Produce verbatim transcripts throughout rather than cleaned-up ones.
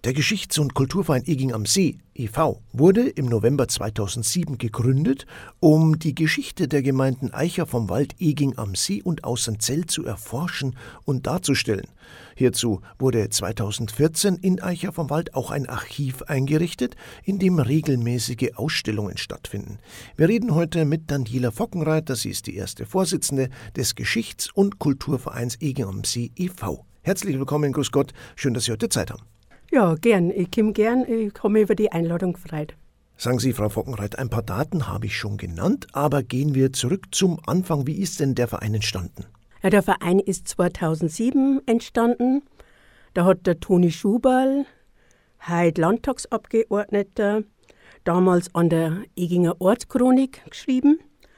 Der Geschichts- und Kulturverein Eging am See e V wurde im November zweitausendsieben gegründet, um die Geschichte der Gemeinden Eicher vom Wald, Eging am See und Außenzell zu erforschen und darzustellen. Hierzu wurde zweitausendvierzehn in Eicher vom Wald auch ein Archiv eingerichtet, in dem regelmäßige Ausstellungen stattfinden. Wir reden heute mit Daniela Fockenreiter, sie ist die erste Vorsitzende des Geschichts- und Kulturvereins Eging am See e V Herzlich willkommen, grüß Gott, schön, dass Sie heute Zeit haben. Ja, gern. Ich komme gern. Ich komme über die Einladung gefreut. Sagen Sie, Frau Fockenreiter, ein paar Daten habe ich schon genannt, aber gehen wir zurück zum Anfang. Wie ist denn der Verein entstanden? Ja, der Verein ist zweitausendsieben entstanden. Da hat der Toni Schuberl, heute Landtagsabgeordneter, damals an der Eginger Ortschronik geschrieben.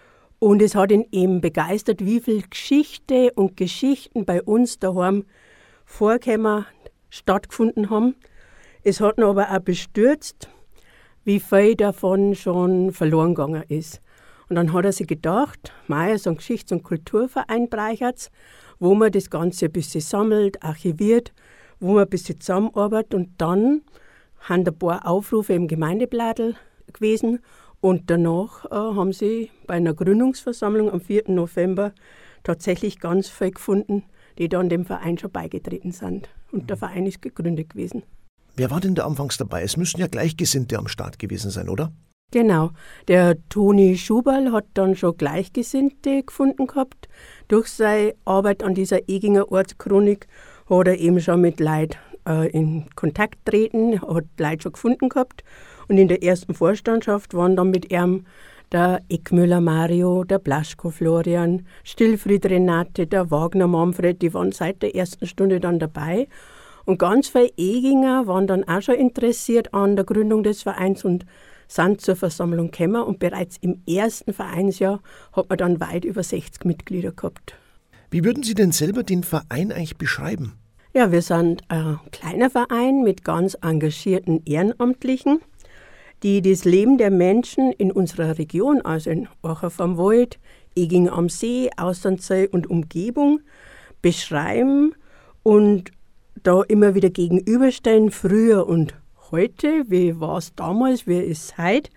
Und es hat ihn eben begeistert, wie viel Geschichte und Geschichten bei uns daheim vorgekommen stattgefunden haben. Es hat ihn aber auch bestürzt, wie viel davon schon verloren gegangen ist. Und dann hat er sich gedacht, mei, so ein Geschichts- und Kulturverein Breichertz, wo man das Ganze ein bisschen sammelt, archiviert, wo man ein bisschen zusammenarbeitet. Und dann haben ein paar Aufrufe im Gemeindeblattl gewesen. Und danach äh, haben sie bei einer Gründungsversammlung am vierten November tatsächlich ganz viele gefunden, die dann dem Verein schon beigetreten sind. Und der Verein ist gegründet gewesen. Wer war denn da anfangs dabei? Es müssen ja Gleichgesinnte am Start gewesen sein, oder? Genau. Der Toni Schuberl hat dann schon Gleichgesinnte gefunden gehabt. Durch seine Arbeit an dieser Eginger Ortschronik hat er eben schon mit Leuten äh, in Kontakt treten, hat Leute schon gefunden gehabt. Und in der ersten Vorstandschaft waren dann mit ihm der Eckmüller Mario, der Blaschko Florian, Stillfried Renate, der Wagner Manfred, die waren seit der ersten Stunde dann dabei. Und ganz viele Eginger waren dann auch schon interessiert an der Gründung des Vereins und sind zur Versammlung gekommen. Und bereits im ersten Vereinsjahr hat man dann weit über sechzig Mitglieder gehabt. Wie würden Sie denn selber den Verein eigentlich beschreiben? Ja, wir sind ein kleiner Verein mit ganz engagierten Ehrenamtlichen, die das Leben der Menschen in unserer Region, also in Eicher vom Wald, Eging am See, Außenzell und Umgebung, beschreiben und da immer wieder gegenüberstellen, früher und heute, wie war es damals, wie ist es heute.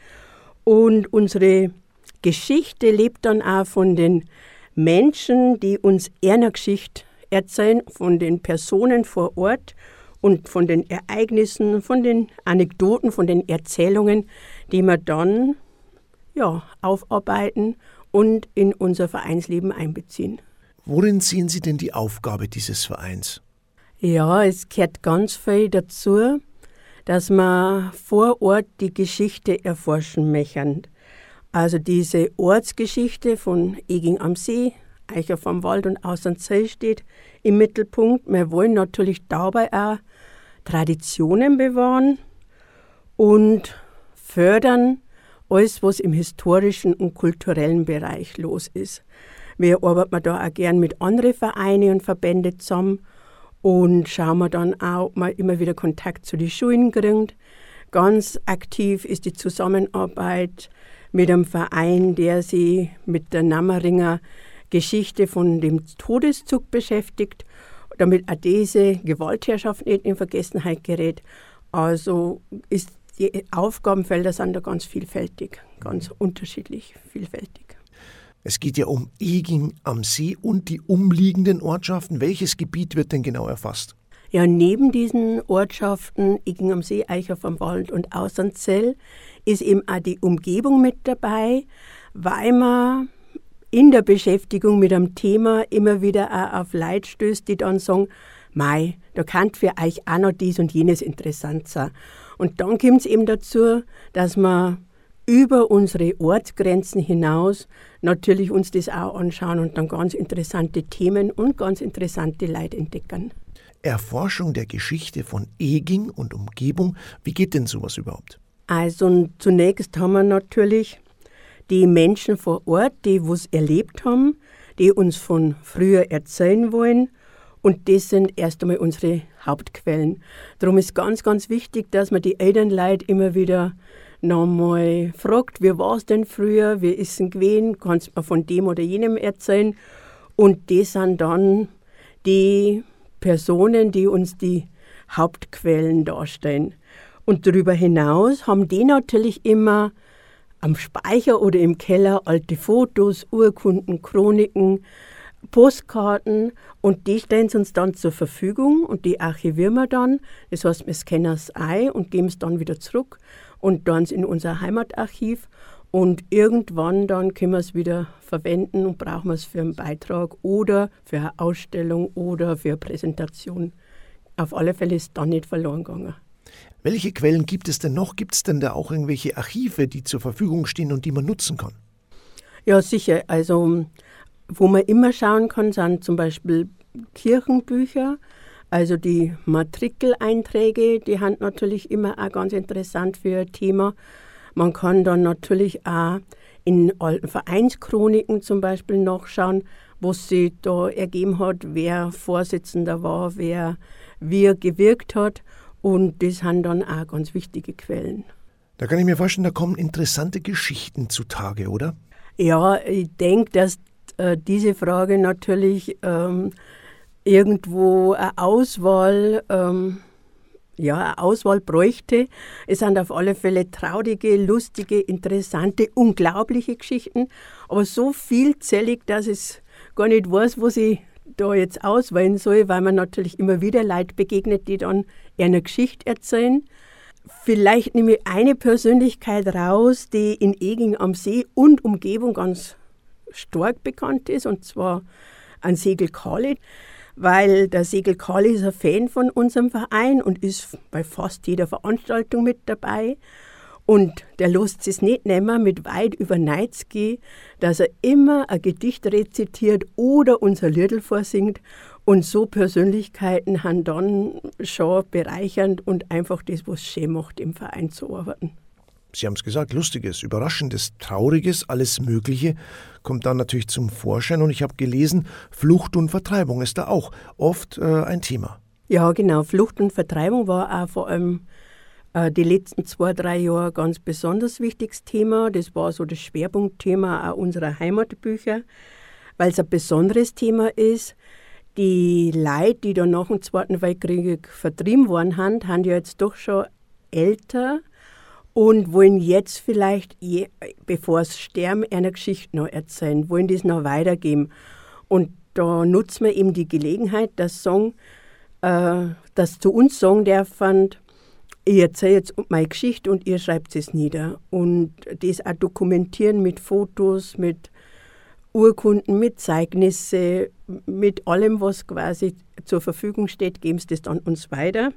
Und unsere Geschichte lebt dann auch von den Menschen, die uns ihre Geschichte erzählen, von den Personen vor Ort und von den Ereignissen, von den Anekdoten, von den Erzählungen, die wir dann ja, aufarbeiten und in unser Vereinsleben einbeziehen. Worin sehen Sie denn die Aufgabe dieses Vereins? Ja, es gehört ganz viel dazu, dass man vor Ort die Geschichte erforschen möchten. Also diese Ortsgeschichte von Eging am See, Eicher vom Wald und Außenzell steht im Mittelpunkt. Wir wollen natürlich dabei auch Traditionen bewahren und fördern alles, was im historischen und kulturellen Bereich los ist. Wir arbeiten da auch gern mit anderen Vereinen und Verbänden zusammen und schauen wir dann auch, ob man immer wieder Kontakt zu den Schulen kriegt. Ganz aktiv ist die Zusammenarbeit mit einem Verein, der sich mit der Nammeringer Geschichte von dem Todeszug beschäftigt, damit auch diese Gewaltherrschaft nicht in Vergessenheit gerät. Also ist die Aufgabenfelder sind da ganz vielfältig, ganz unterschiedlich vielfältig. Es geht ja um Eging am See und die umliegenden Ortschaften. Welches Gebiet wird denn genau erfasst? Ja, neben diesen Ortschaften, Eging am See, Eicher vom Wald und Außenzell, ist eben auch die Umgebung mit dabei, weil man in der Beschäftigung mit einem Thema immer wieder auch auf Leute stößt, die dann sagen, mei, da kann für euch auch noch dies und jenes interessant sein. Und dann kommt es eben dazu, dass wir über unsere Ortsgrenzen hinaus natürlich uns das auch anschauen und dann ganz interessante Themen und ganz interessante Leute entdecken. Erforschung der Geschichte von Eging und Umgebung, wie geht denn sowas überhaupt? Also zunächst haben wir natürlich die Menschen vor Ort, die was erlebt haben, die uns von früher erzählen wollen. Und das sind erst einmal unsere Hauptquellen. Darum ist ganz, ganz wichtig, dass man die Elternleute immer wieder nochmal fragt, wie war es denn früher, wie ist es gewesen, kannst du mir von dem oder jenem erzählen. Und das sind dann die Personen, die uns die Hauptquellen darstellen. Und darüber hinaus haben die natürlich immer am Speicher oder im Keller alte Fotos, Urkunden, Chroniken, Postkarten und die stellen sie uns dann zur Verfügung und die archivieren wir dann. Das heißt, wir scannen es ein und geben es dann wieder zurück und dann in unser Heimatarchiv und irgendwann dann können wir es wieder verwenden und brauchen wir es für einen Beitrag oder für eine Ausstellung oder für eine Präsentation. Auf alle Fälle ist es dann nicht verloren gegangen. Welche Quellen gibt es denn noch? Gibt es denn da auch irgendwelche Archive, die zur Verfügung stehen und die man nutzen kann? Ja, sicher. Also, wo man immer schauen kann, sind zum Beispiel Kirchenbücher, also die Matrikeleinträge, die sind natürlich immer auch ganz interessant für ein Thema. Man kann dann natürlich auch in alten Vereinschroniken zum Beispiel nachschauen, was sich da ergeben hat, wer Vorsitzender war, wer wie gewirkt hat. Und das sind dann auch ganz wichtige Quellen. Da kann ich mir vorstellen, da kommen interessante Geschichten zutage, oder? Ja, ich denke, dass äh, diese Frage natürlich ähm, irgendwo eine Auswahl, ähm, ja, eine Auswahl bräuchte. Es sind auf alle Fälle traurige, lustige, interessante, unglaubliche Geschichten, aber so vielzählig, dass ich gar nicht weiß, was ich da jetzt auswählen soll, weil man natürlich immer wieder Leute begegnet, die dann eine Geschichte erzählen. Vielleicht nehme ich eine Persönlichkeit raus, die in Eging am See und Umgebung ganz stark bekannt ist, und zwar an Segel Kali, weil der Segel Kali ist ein Fan von unserem Verein und ist bei fast jeder Veranstaltung mit dabei. Und der lässt es nicht nehmen mit weit über Neitzki, dass er immer ein Gedicht rezitiert oder unser Liedl vorsingt. Und so Persönlichkeiten haben dann schon bereichernd und einfach das, was schön macht, im Verein zu arbeiten. Sie haben es gesagt, Lustiges, Überraschendes, Trauriges, alles Mögliche kommt dann natürlich zum Vorschein. Und ich habe gelesen, Flucht und Vertreibung ist da auch oft äh, ein Thema. Ja, genau. Flucht und Vertreibung war auch vor allem äh, die letzten zwei, drei Jahre ein ganz besonders wichtiges Thema. Das war so das Schwerpunktthema auch unserer Heimatbücher, weil es ein besonderes Thema ist. Die Leute, die da nach dem Zweiten Weltkrieg vertrieben worden sind, haben ja jetzt doch schon älter und wollen jetzt vielleicht, je, bevor sie sterben, eine Geschichte noch erzählen, wollen das noch weitergeben. Und da nutzen wir eben die Gelegenheit, dass, sagen, äh, dass zu uns sagen dürfen, ich erzähle jetzt meine Geschichte und ihr schreibt es nieder. Und das auch dokumentieren mit Fotos, mit Urkunden, mit Zeugnisse, mit allem, was quasi zur Verfügung steht, geben sie das dann uns weiter.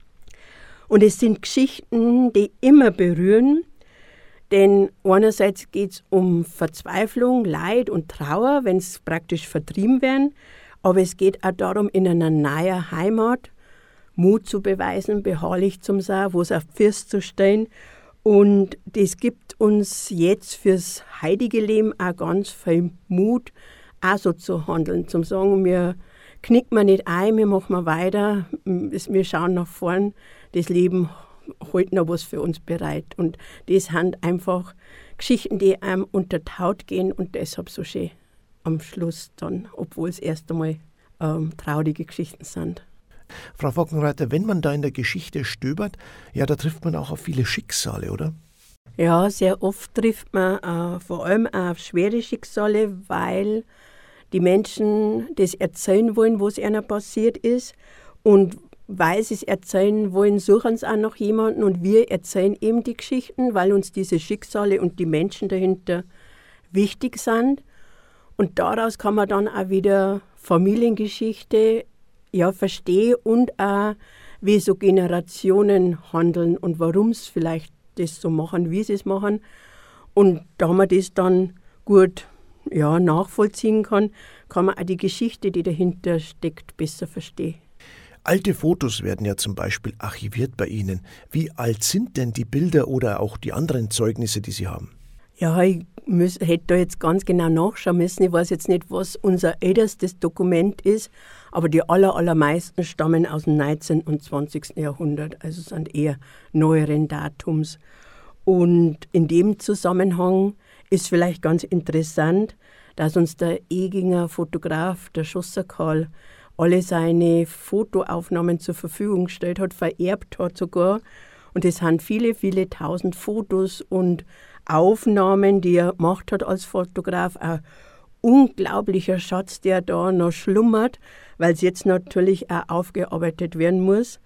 Und es sind Geschichten, die immer berühren, denn einerseits geht es um Verzweiflung, Leid und Trauer, wenn sie praktisch vertrieben werden, aber es geht auch darum, in einer neuen Heimat Mut zu beweisen, beharrlich zu sein, wo es auf Pfirst zu stehen. Und das gibt uns jetzt fürs heutige Leben auch ganz viel Mut, auch so zu handeln, zum sagen, wir knicken wir nicht ein, wir machen weiter, wir schauen nach vorn, das Leben hält noch was für uns bereit. Und das sind einfach Geschichten, die einem unter die Haut gehen und deshalb so schön am Schluss dann, obwohl es erst einmal ähm, traurige Geschichten sind. Frau Vockenreiter, wenn man da in der Geschichte stöbert, ja, da trifft man auch auf viele Schicksale, oder? Ja, sehr oft trifft man äh, vor allem auf schwere Schicksale, weil die Menschen das erzählen wollen, was ihnen passiert ist. Und weil sie es erzählen wollen, suchen sie auch noch jemanden. Und wir erzählen eben die Geschichten, weil uns diese Schicksale und die Menschen dahinter wichtig sind. Und daraus kann man dann auch wieder Familiengeschichte ja, verstehen und auch, wie so Generationen handeln und warum sie vielleicht das so machen, wie sie es machen. Und da man das dann gut ja, nachvollziehen kann, kann man auch die Geschichte, die dahinter steckt, besser verstehen. Alte Fotos werden ja zum Beispiel archiviert bei Ihnen. Wie alt sind denn die Bilder oder auch die anderen Zeugnisse, die Sie haben? Ja, ich muss, hätte da jetzt ganz genau nachschauen müssen. Ich weiß jetzt nicht, was unser ältestes Dokument ist, aber die aller, allermeisten stammen aus dem neunzehnten und zwanzigsten Jahrhundert, also sind eher neueren Datums. Und in dem Zusammenhang ist vielleicht ganz interessant, dass uns der Eginger Fotograf, der Schosser Karl, alle seine Fotoaufnahmen zur Verfügung gestellt hat, vererbt hat sogar. Und es sind viele, viele tausend Fotos und Aufnahmen, die er gemacht hat als Fotograf. Ein unglaublicher Schatz, der da noch schlummert, weil es jetzt natürlich auch aufgearbeitet werden muss.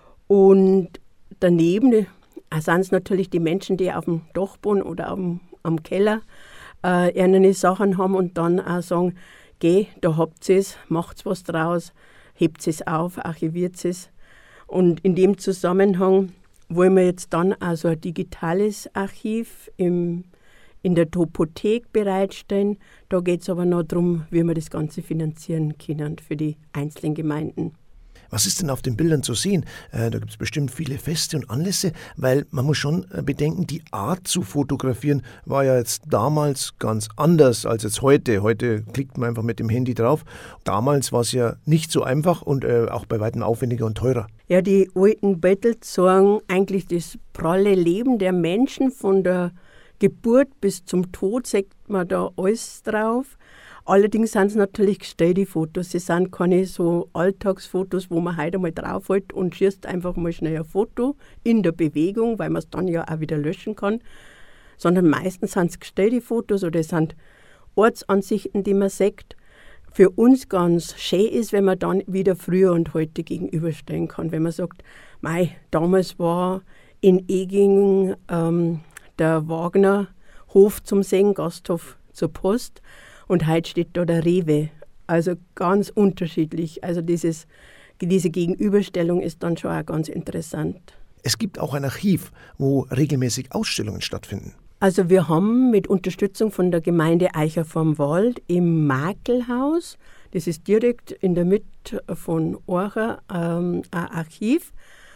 Und daneben sind es natürlich die Menschen, die auf dem Dachboden oder auf dem, am Keller äh, ihre Sachen haben und dann auch sagen, geh, da habt ihr es, macht was draus, hebt es auf, archiviert es. Und in dem Zusammenhang wollen wir jetzt dann also ein digitales Archiv im, in der Topothek bereitstellen. Da geht es aber noch darum, wie wir das Ganze finanzieren können für die einzelnen Gemeinden. Was ist denn auf den Bildern zu sehen? Äh, da gibt es bestimmt viele Feste und Anlässe, weil man muss schon bedenken, die Art zu fotografieren war ja jetzt damals ganz anders als jetzt heute. Heute klickt man einfach mit dem Handy drauf. Damals war es ja nicht so einfach und äh, auch bei weitem aufwendiger und teurer. Ja, die alten Bilder zeigen eigentlich das pralle Leben der Menschen von der Geburt bis zum Tod, sagt man da alles drauf. Allerdings sind es natürlich gestellte Fotos. Es sind keine so Alltagsfotos, wo man heute mal draufhält und schießt einfach mal schnell ein Foto in der Bewegung, weil man es dann ja auch wieder löschen kann. Sondern meistens sind es gestellte Fotos oder es sind Ortsansichten, die man sieht. Für uns ganz schön ist, wenn man dann wieder früher und heute gegenüberstellen kann. Wenn man sagt, mei, damals war in Eging ähm, der Wagner Hof zum Singen, Gasthof zur Post. Und heute steht da der Rewe. Also ganz unterschiedlich. Also dieses, diese Gegenüberstellung ist dann schon auch ganz interessant. Es gibt auch ein Archiv, wo regelmäßig Ausstellungen stattfinden. Also wir haben mit Unterstützung von der Gemeinde Eicher vom Wald im Makelhaus, das ist direkt in der Mitte von Orcha, ähm, ein Archiv.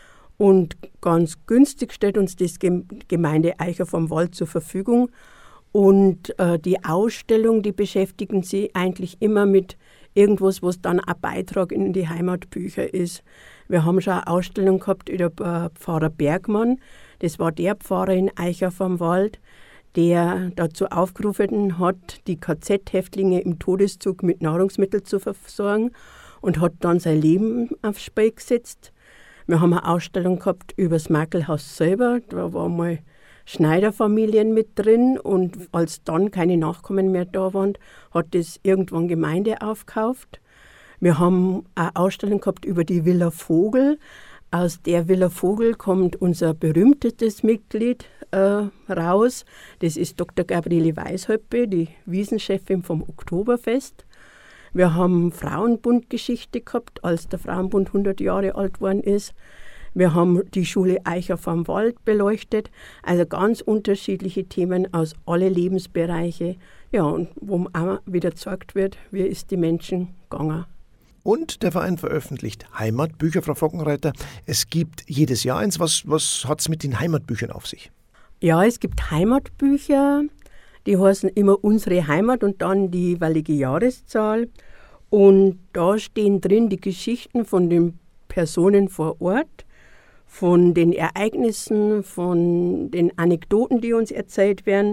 Und ganz günstig stellt uns das Gemeinde Eicher vom Wald zur Verfügung. Und äh, die Ausstellung, die beschäftigen sie eigentlich immer mit irgendwas, was dann ein Beitrag in die Heimatbücher ist. Wir haben schon eine Ausstellung gehabt über äh, Pfarrer Bergmann. Das war der Pfarrer in Eicher vom Wald, der dazu aufgerufen hat, die K Z-Häftlinge im Todeszug mit Nahrungsmitteln zu versorgen und hat dann sein Leben aufs Spiel gesetzt. Wir haben eine Ausstellung gehabt über das Makelhaus selber. Da war mal Schneiderfamilien mit drin und als dann keine Nachkommen mehr da waren, hat das irgendwann Gemeinde aufgekauft. Wir haben eine Ausstellung gehabt über die Villa Vogel. Aus der Villa Vogel kommt unser berühmtestes Mitglied äh, raus. Das ist Doktor Gabriele Weishöppe, die Wiesenchefin vom Oktoberfest. Wir haben Frauenbundgeschichte gehabt, als der Frauenbund hundert Jahre alt geworden ist. Wir haben die Schule Eicher vom Wald beleuchtet, also ganz unterschiedliche Themen aus allen Lebensbereichen, ja, und wo auch wieder gezeigt wird, wie ist die Menschen gegangen. Und der Verein veröffentlicht Heimatbücher, Frau Fockenreiter. Es gibt jedes Jahr eins. Was, was hat es mit den Heimatbüchern auf sich? Ja, es gibt Heimatbücher, die heißen immer Unsere Heimat und dann die jeweilige Jahreszahl. Und da stehen drin die Geschichten von den Personen vor Ort, von den Ereignissen, von den Anekdoten, die uns erzählt werden.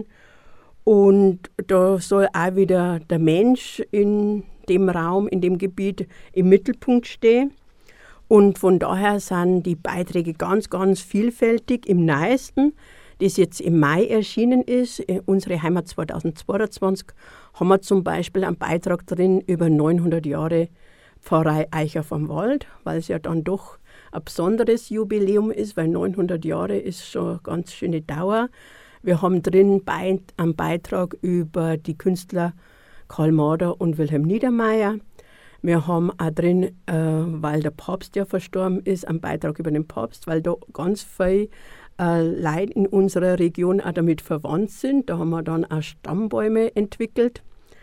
Und da soll auch wieder der Mensch in dem Raum, in dem Gebiet im Mittelpunkt stehen. Und von daher sind die Beiträge ganz, ganz vielfältig. Im Neuesten, das jetzt im Mai erschienen ist, Unsere Heimat zweitausendzweiundzwanzig, haben wir zum Beispiel einen Beitrag drin über neunhundert Jahre Pfarrei Eicher vom Wald, weil es ja dann doch ein besonderes Jubiläum ist, weil neunhundert Jahre ist schon eine ganz schöne Dauer. Wir haben drin einen Beitrag über die Künstler Karl Marder und Wilhelm Niedermeyer. Wir haben auch drin, äh, weil der Papst ja verstorben ist, einen Beitrag über den Papst, weil da ganz viele äh, Leute in unserer Region auch damit verwandt sind. Da haben wir dann auch Stammbäume entwickelt.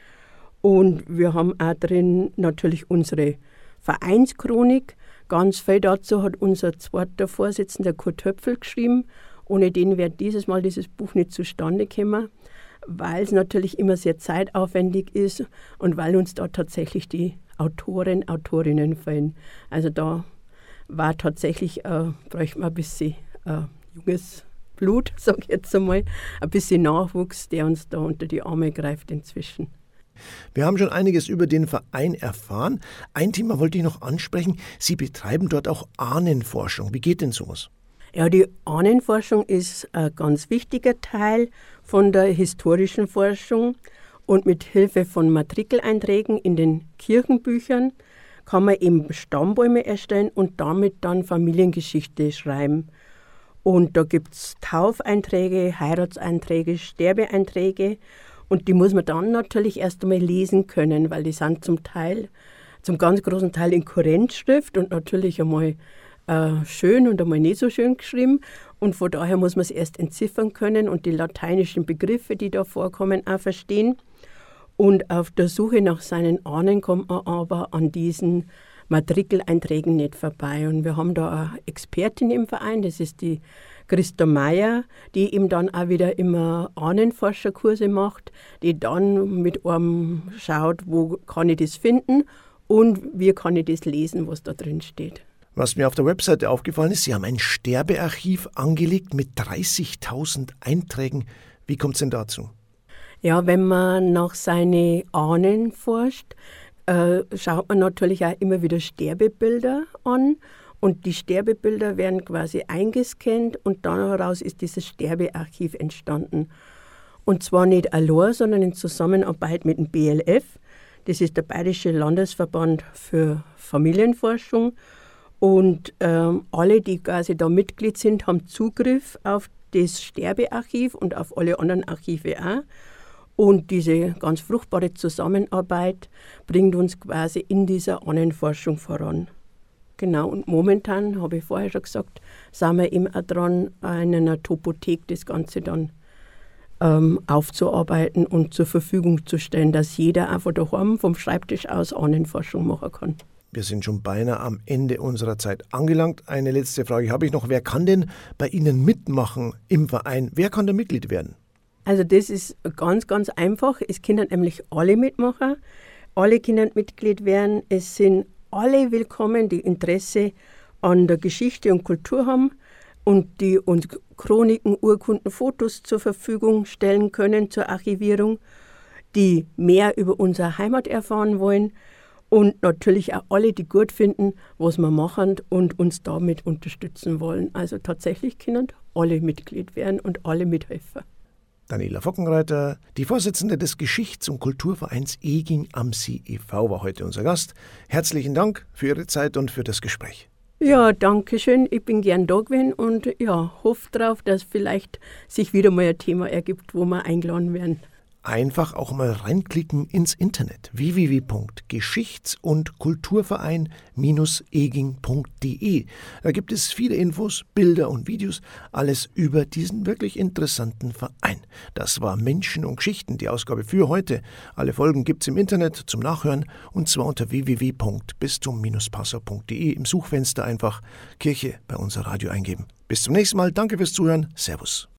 Und wir haben auch drin natürlich unsere Vereinschronik. Ganz viel dazu hat unser zweiter Vorsitzender Kurt Höpfel geschrieben. Ohne den wäre dieses Mal dieses Buch nicht zustande gekommen, weil es natürlich immer sehr zeitaufwendig ist und weil uns da tatsächlich die Autoren, Autorinnen fehlen. Also da war tatsächlich, äh, bräuchte man ein bisschen äh, junges Blut, sage ich jetzt einmal, ein bisschen Nachwuchs, der uns da unter die Arme greift inzwischen. Wir haben schon einiges über den Verein erfahren. Ein Thema wollte ich noch ansprechen. Sie betreiben dort auch Ahnenforschung. Wie geht denn sowas? Ja, die Ahnenforschung ist ein ganz wichtiger Teil von der historischen Forschung. Und mit Hilfe von Matrikeleinträgen in den Kirchenbüchern kann man eben Stammbäume erstellen und damit dann Familiengeschichte schreiben. Und da gibt es Taufeinträge, Heiratseinträge, Sterbeeinträge. Und die muss man dann natürlich erst einmal lesen können, weil die sind zum Teil, zum ganz großen Teil in Kurrentschrift und natürlich einmal äh, schön und einmal nicht so schön geschrieben. Und von daher muss man es erst entziffern können und die lateinischen Begriffe, die da vorkommen, auch verstehen. Und auf der Suche nach seinen Ahnen kommt man aber an diesen Matrikeleinträgen nicht vorbei. Und wir haben da eine Expertin im Verein, das ist die Christa Meier, die eben dann auch wieder immer Ahnenforscherkurse macht, die dann mit einem schaut, wo kann ich das finden und wie kann ich das lesen, was da drin steht. Was mir auf der Webseite aufgefallen ist, Sie haben ein Sterbearchiv angelegt mit dreißigtausend Einträgen. Wie kommt es denn dazu? Ja, wenn man nach seinen Ahnen forscht, äh, schaut man natürlich auch immer wieder Sterbebilder an. Und die Sterbebilder werden quasi eingescannt und dann heraus ist dieses Sterbearchiv entstanden. Und zwar nicht allein, sondern in Zusammenarbeit mit dem B L F. Das ist der Bayerische Landesverband für Familienforschung. Und ähm, alle, die quasi da Mitglied sind, haben Zugriff auf das Sterbearchiv und auf alle anderen Archive auch. Und diese ganz fruchtbare Zusammenarbeit bringt uns quasi in dieser Ahnenforschung voran. Genau, und momentan, habe ich vorher schon gesagt, sind wir eben auch dran, in einer Topothek das Ganze dann ähm, aufzuarbeiten und zur Verfügung zu stellen, dass jeder auch von daheim, vom Schreibtisch aus Ahnenforschung machen kann. Wir sind schon beinahe am Ende unserer Zeit angelangt. Eine letzte Frage habe ich noch. Wer kann denn bei Ihnen mitmachen im Verein? Wer kann da Mitglied werden? Also das ist ganz, ganz einfach. Es können nämlich alle mitmachen. Alle können Mitglied werden. Es sind alle willkommen, die Interesse an der Geschichte und Kultur haben und die uns Chroniken, Urkunden, Fotos zur Verfügung stellen können zur Archivierung, die mehr über unsere Heimat erfahren wollen und natürlich auch alle, die gut finden, was wir machen und uns damit unterstützen wollen. Also tatsächlich können alle Mitglied werden und alle mithelfen. Daniela Fockenreiter, die Vorsitzende des Geschichts- und Kulturvereins Eging am See e V, war heute unser Gast. Herzlichen Dank für Ihre Zeit und für das Gespräch. Ja, danke schön. Ich bin gern da gewesen und ja, hoffe darauf, dass vielleicht sich wieder mal ein Thema ergibt, wo wir eingeladen werden. Einfach auch mal reinklicken ins Internet w w w punkt geschichts- und kulturverein eging punkt de. Da gibt es viele Infos, Bilder und Videos, alles über diesen wirklich interessanten Verein. Das war Menschen und Geschichten, die Ausgabe für heute. Alle Folgen gibt's im Internet zum Nachhören und zwar unter w w w punkt bistum Bindestrich passau punkt de. Im Suchfenster einfach Kirche bei unser Radio eingeben. Bis zum nächsten Mal, danke fürs Zuhören, Servus.